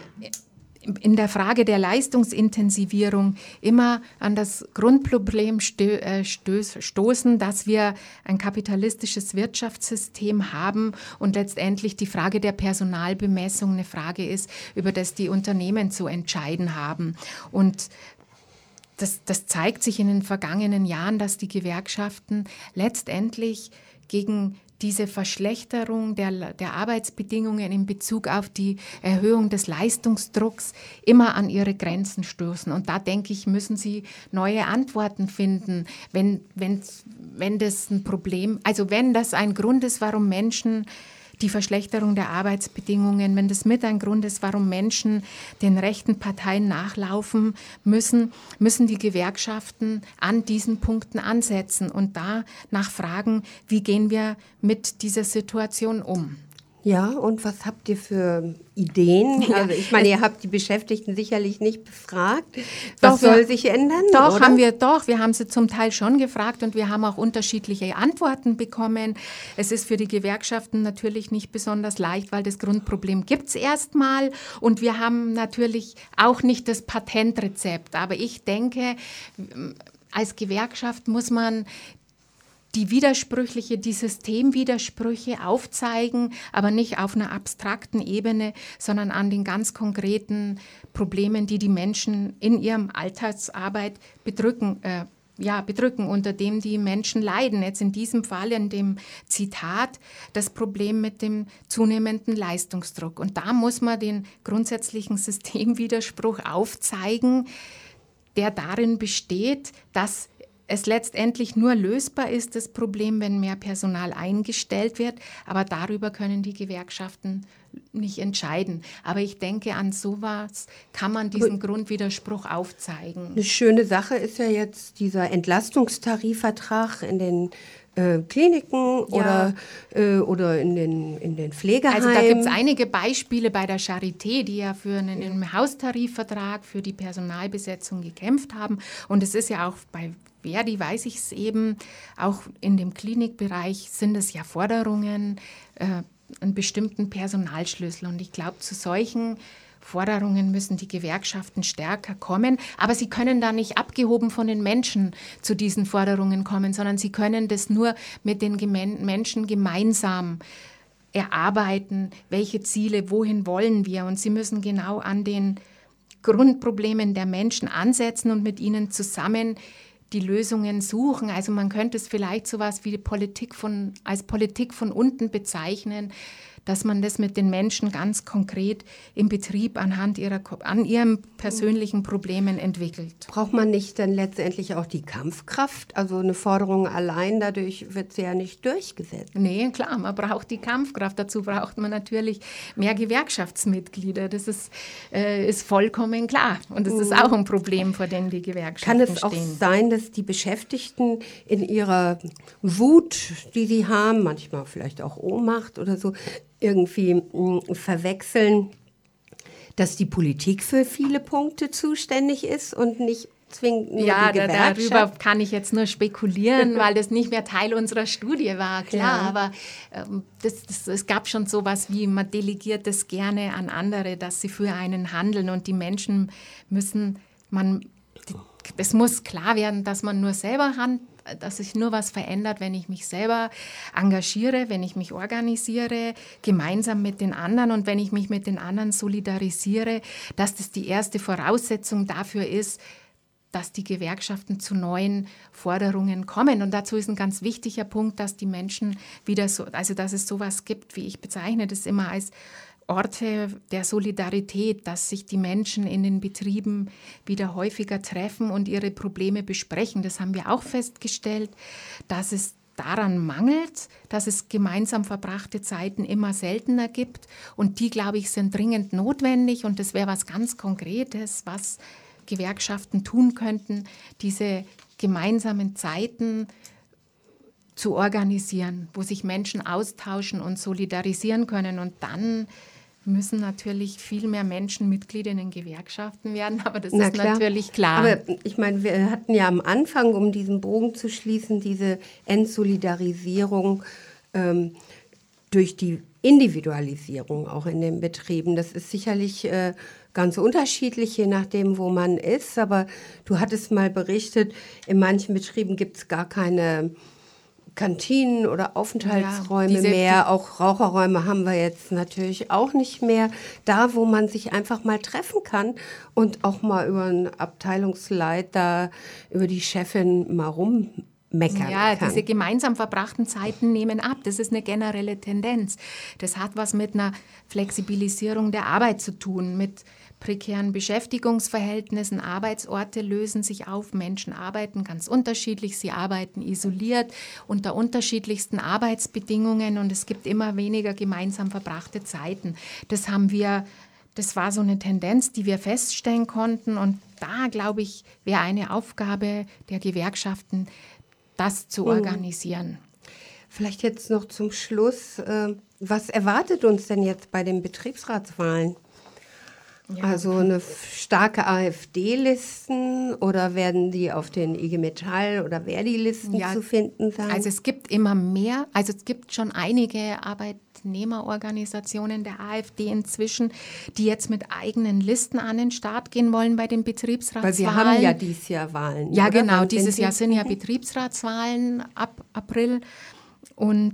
in der Frage der Leistungsintensivierung immer an das Grundproblem stö- äh, stöß, stoßen, dass wir ein kapitalistisches Wirtschaftssystem haben und letztendlich die Frage der Personalbemessung eine Frage ist, über das die Unternehmen zu entscheiden haben. Und das, das zeigt sich in den vergangenen Jahren, dass die Gewerkschaften letztendlich gegen diese Verschlechterung der, der Arbeitsbedingungen in Bezug auf die Erhöhung des Leistungsdrucks immer an ihre Grenzen stoßen. Und da, denke ich, müssen sie neue Antworten finden, wenn, wenn, wenn das ein Problem, also wenn das ein Grund ist, warum Menschen die Verschlechterung der Arbeitsbedingungen, wenn das mit ein Grund ist, warum Menschen den rechten Parteien nachlaufen müssen, müssen die Gewerkschaften an diesen Punkten ansetzen und danach fragen, wie gehen wir mit dieser Situation um. Ja, und was habt ihr für Ideen? Also ich meine, ihr habt die Beschäftigten sicherlich nicht befragt. Was Doch, soll wir, sich ändern? Doch, oder? haben wir doch. Wir haben sie zum Teil schon gefragt und wir haben auch unterschiedliche Antworten bekommen. Es ist für die Gewerkschaften natürlich nicht besonders leicht, weil das Grundproblem gibt es erstmal. Und wir haben natürlich auch nicht das Patentrezept. Aber ich denke, als Gewerkschaft muss man die widersprüchliche, die Systemwidersprüche aufzeigen, aber nicht auf einer abstrakten Ebene, sondern an den ganz konkreten Problemen, die die Menschen in ihrem Alltagsarbeit bedrücken, äh, ja, bedrücken, unter dem die Menschen leiden. Jetzt in diesem Fall, in dem Zitat, das Problem mit dem zunehmenden Leistungsdruck. Und da muss man den grundsätzlichen Systemwiderspruch aufzeigen, der darin besteht, dass es letztendlich nur lösbar ist, das Problem, wenn mehr Personal eingestellt wird. Aber darüber können die Gewerkschaften nicht entscheiden. Aber ich denke, an sowas kann man diesen Aber Grundwiderspruch aufzeigen. Eine schöne Sache ist ja jetzt dieser Entlastungstarifvertrag in den äh, Kliniken ja. oder, äh, oder in den, in den Pflegeheimen. Also da gibt es einige Beispiele bei der Charité, die ja für einen, einen Haustarifvertrag für die Personalbesetzung gekämpft haben. Und es ist ja auch bei Verdi, weiß ich es eben, auch in dem Klinikbereich sind es ja Forderungen, äh, einen bestimmten Personalschlüssel. Und ich glaube, zu solchen Forderungen müssen die Gewerkschaften stärker kommen. Aber sie können da nicht abgehoben von den Menschen zu diesen Forderungen kommen, sondern sie können das nur mit den Geme- Menschen gemeinsam erarbeiten, welche Ziele, wohin wollen wir. Und sie müssen genau an den Grundproblemen der Menschen ansetzen und mit ihnen zusammen die Lösungen suchen. Also man könnte es vielleicht sowas wie die Politik von, als Politik von unten bezeichnen, dass man das mit den Menschen ganz konkret im Betrieb anhand ihrer, an ihren persönlichen Problemen entwickelt. Braucht man nicht dann letztendlich auch die Kampfkraft? Also eine Forderung allein, dadurch wird sie ja nicht durchgesetzt. Nee, klar, man braucht die Kampfkraft. Dazu braucht man natürlich mehr Gewerkschaftsmitglieder. Das ist, äh, ist vollkommen klar. Und das ist auch ein Problem, vor dem die Gewerkschaften stehen. Kann es auch sein, dass die Beschäftigten in ihrer Wut, die sie haben, manchmal vielleicht auch Ohnmacht oder so, irgendwie mh, verwechseln, dass die Politik für viele Punkte zuständig ist und nicht zwingend nur ja, die Gewerkschaft? Ja, darüber kann ich jetzt nur spekulieren, weil das nicht mehr Teil unserer Studie war, klar. Ja. Aber ähm, das, das, es gab schon sowas wie, man delegiert das gerne an andere, dass sie für einen handeln und die Menschen müssen, man, es muss klar werden, dass man nur selber handelt, dass sich nur was verändert, wenn ich mich selber engagiere, wenn ich mich organisiere, gemeinsam mit den anderen und wenn ich mich mit den anderen solidarisiere, dass das die erste Voraussetzung dafür ist, dass die Gewerkschaften zu neuen Forderungen kommen. Und dazu ist ein ganz wichtiger Punkt, dass die Menschen wieder so, also dass es sowas gibt, wie ich bezeichne das immer als Orte der Solidarität, dass sich die Menschen in den Betrieben wieder häufiger treffen und ihre Probleme besprechen. Das haben wir auch festgestellt, dass es daran mangelt, dass es gemeinsam verbrachte Zeiten immer seltener gibt. Und die, glaube ich, sind dringend notwendig. Und das wäre was ganz Konkretes, was Gewerkschaften tun könnten, diese gemeinsamen Zeiten zu organisieren, wo sich Menschen austauschen und solidarisieren können. Und dann müssen natürlich viel mehr Menschen Mitglied in den Gewerkschaften werden, aber das Na ist klar. natürlich klar. Aber ich meine, wir hatten ja am Anfang, um diesen Bogen zu schließen, diese Entsolidarisierung ähm, durch die Individualisierung auch in den Betrieben. Das ist sicherlich äh, ganz unterschiedlich, je nachdem, wo man ist. Aber du hattest mal berichtet, in manchen Betrieben gibt es gar keine Kantinen oder Aufenthaltsräume Ja, diese- mehr. Auch Raucherräume haben wir jetzt natürlich auch nicht mehr. Da, wo man sich einfach mal treffen kann und auch mal über einen Abteilungsleiter, über die Chefin mal rummeckern Ja, kann. diese gemeinsam verbrachten Zeiten nehmen ab. Das ist eine generelle Tendenz. Das hat was mit einer Flexibilisierung der Arbeit zu tun, mit prekären Beschäftigungsverhältnissen. Arbeitsorte lösen sich auf, Menschen arbeiten ganz unterschiedlich, sie arbeiten isoliert unter unterschiedlichsten Arbeitsbedingungen und es gibt immer weniger gemeinsam verbrachte Zeiten. Das haben wir, das war so eine Tendenz, die wir feststellen konnten und da, glaube ich, wäre eine Aufgabe der Gewerkschaften, das zu organisieren. Vielleicht jetzt noch zum Schluss, äh, was erwartet uns denn jetzt bei den Betriebsratswahlen? Ja. Also eine starke AfD-Listen oder werden die auf den I G Metall- oder Verdi-Listen Ja, zu finden sein? Also es gibt immer mehr, also es gibt schon einige Arbeitnehmerorganisationen der AfD inzwischen, die jetzt mit eigenen Listen an den Start gehen wollen bei den Betriebsratswahlen. Weil wir haben ja dieses Jahr Wahlen. Ja, oder? genau, Wann dieses sind Jahr die? sind ja Betriebsratswahlen ab April und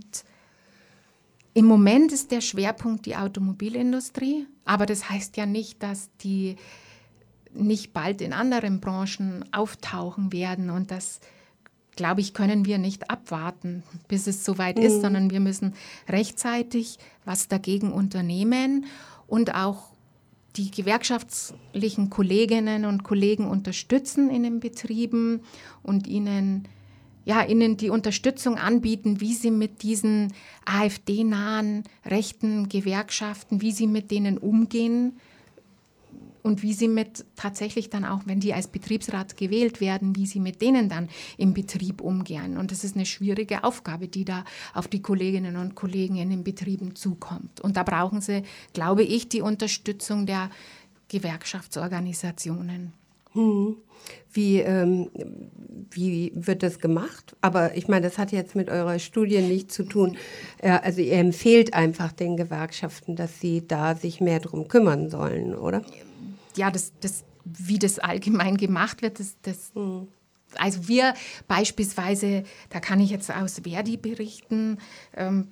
im Moment ist der Schwerpunkt die Automobilindustrie, aber das heißt ja nicht, dass die nicht bald in anderen Branchen auftauchen werden und das, glaube ich, können wir nicht abwarten, bis es soweit ist, sondern wir müssen rechtzeitig was dagegen unternehmen und auch die gewerkschaftlichen Kolleginnen und Kollegen unterstützen in den Betrieben und ihnen ja, ihnen die Unterstützung anbieten, wie sie mit diesen AfD-nahen rechten Gewerkschaften, wie sie mit denen umgehen und wie sie mit tatsächlich dann auch, wenn die als Betriebsrat gewählt werden, wie sie mit denen dann im Betrieb umgehen. Und das ist eine schwierige Aufgabe, die da auf die Kolleginnen und Kollegen in den Betrieben zukommt. Und da brauchen sie, glaube ich, die Unterstützung der Gewerkschaftsorganisationen. Hm. Wie, ähm, wie wird das gemacht? Aber ich meine, das hat jetzt mit eurer Studie nichts zu tun. Äh, also ihr empfehlt einfach den Gewerkschaften, dass sie da sich mehr drum kümmern sollen, oder? Ja, das, das, wie das allgemein gemacht wird, das, das hm. also wir beispielsweise, da kann ich jetzt aus Verdi berichten, ähm,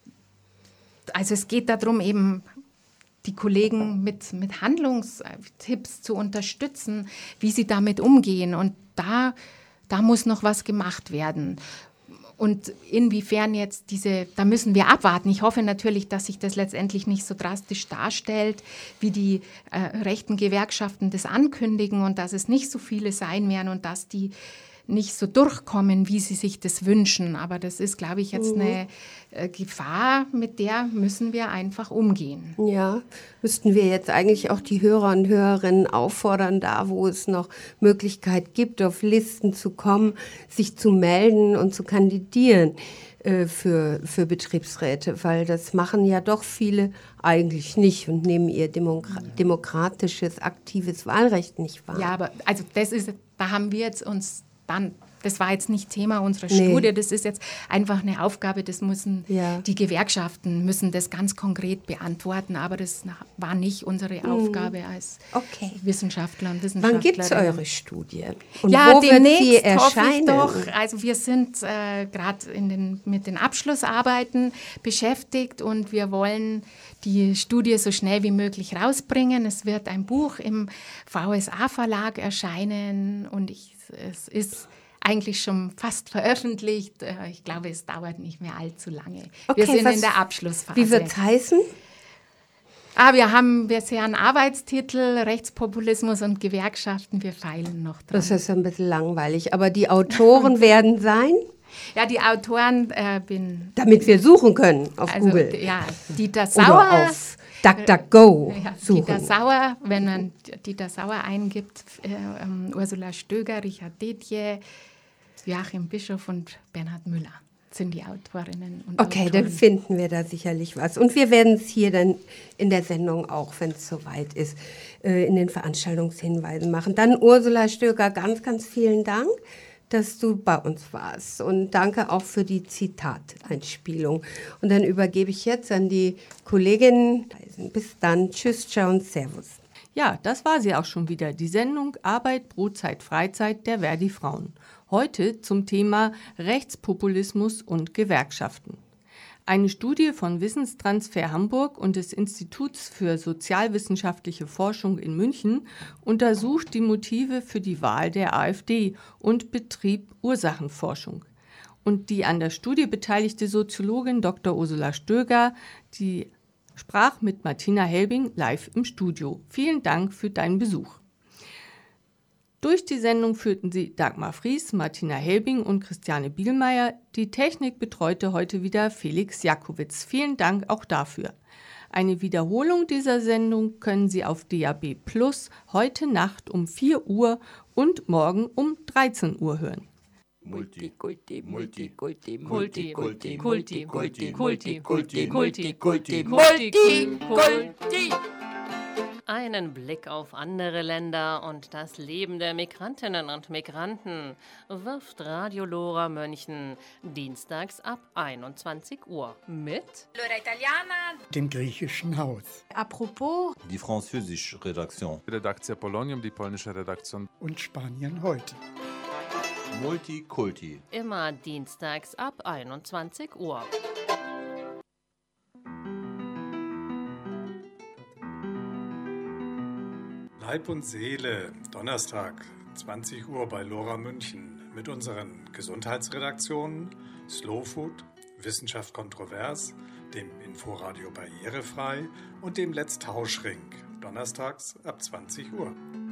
also es geht darum eben, die Kollegen mit, mit Handlungstipps zu unterstützen, wie sie damit umgehen. Und da, da muss noch was gemacht werden. Und inwiefern jetzt diese, da müssen wir abwarten. Ich hoffe natürlich, dass sich das letztendlich nicht so drastisch darstellt, wie die äh, rechten Gewerkschaften das ankündigen und dass es nicht so viele sein werden und dass die nicht so durchkommen, wie sie sich das wünschen. Aber das ist, glaube ich, jetzt eine äh, Gefahr, mit der müssen wir einfach umgehen. Ja, müssten wir jetzt eigentlich auch die Hörer und Hörerinnen auffordern, da wo es noch Möglichkeit gibt, auf Listen zu kommen, sich zu melden und zu kandidieren äh, für, für Betriebsräte, weil das machen ja doch viele eigentlich nicht und nehmen ihr Demokra- demokratisches, aktives Wahlrecht nicht wahr. Ja, aber also das ist, da haben wir jetzt uns dann, das war jetzt nicht Thema unserer Nee. Studie, das ist jetzt einfach eine Aufgabe, das müssen Ja. die Gewerkschaften müssen das ganz konkret beantworten, aber das war nicht unsere Aufgabe als Okay. Wissenschaftler und Wann Wissenschaftler. gibt es eure Studie? Und Ja, wo wird demnächst sie hoffe ich erscheinen? doch. Also wir sind äh, gerade den, mit den Abschlussarbeiten beschäftigt und wir wollen die Studie so schnell wie möglich rausbringen. Es wird ein Buch im V S A-Verlag erscheinen und ich, es ist eigentlich schon fast veröffentlicht. Äh, Ich glaube, es dauert nicht mehr allzu lange. Okay, wir sind was- in der Abschlussphase. Wie wird es heißen? Ah, wir haben bisher einen Arbeitstitel, Rechtspopulismus und Gewerkschaften. Wir feilen noch dran. Das ist ein bisschen langweilig, aber die Autoren werden sein, Ja, die Autoren äh, bin damit wir suchen können auf also Google d- ja, Dieter Sauer. oder auf DuckDuckGo ja, suchen. Dieter Sauer, wenn man Dieter Sauer eingibt, äh, ähm, Ursula Stöger, Richard Detje, Joachim Bischof und Bernhard Müller. sind die Autorinnen und Okay, Autoren. dann finden wir da sicherlich was. Und wir werden es hier dann in der Sendung auch, wenn es soweit ist, in den Veranstaltungshinweisen machen. Dann Ursula Stöger, ganz, ganz vielen Dank, dass du bei uns warst. Und danke auch für die Zitateinspielung. Und dann übergebe ich jetzt an die Kolleginnen. Bis dann. Tschüss, ciao und servus. Ja, das war sie auch schon wieder, die Sendung Arbeit, Brotzeit, Freizeit der Verdi Frauen. Heute zum Thema Rechtspopulismus und Gewerkschaften. Eine Studie von Wissenstransfer Hamburg und des Instituts für sozialwissenschaftliche Forschung in München untersucht die Motive für die Wahl der AfD und betrieb Ursachenforschung. Und die an der Studie beteiligte Soziologin Doktor Ursula Stöger, die sprach mit Martina Helbing live im Studio. Vielen Dank für deinen Besuch. Durch die Sendung führten sie Dagmar Fries, Martina Helbing und Christiane Bielmeier. Die Technik betreute heute wieder Felix Jakowitz. Vielen Dank auch dafür. Eine Wiederholung dieser Sendung können Sie auf D A B Plus heute Nacht um vier Uhr und morgen um dreizehn Uhr hören. Multikulti, Multikulti, Multikulti, Multikulti, Multikulti, Multikulti, Multikulti, Multikulti, Multikulti, Multikulti. Einen Blick auf andere Länder und das Leben der Migrantinnen und Migranten wirft Radio Lora München dienstags ab einundzwanzig Uhr mit L'ora Italiana, dem griechischen Haus. Apropos, die französische Redaktion. Redakcja Polonium, die polnische Redaktion. Und Spanien heute. Multikulti. Immer dienstags ab einundzwanzig Uhr. Leib und Seele, Donnerstag, zwanzig Uhr bei Lora München mit unseren Gesundheitsredaktionen Slow Food, Wissenschaft kontrovers, dem Inforadio Barrierefrei und dem Let's Tauschring, donnerstags ab zwanzig Uhr.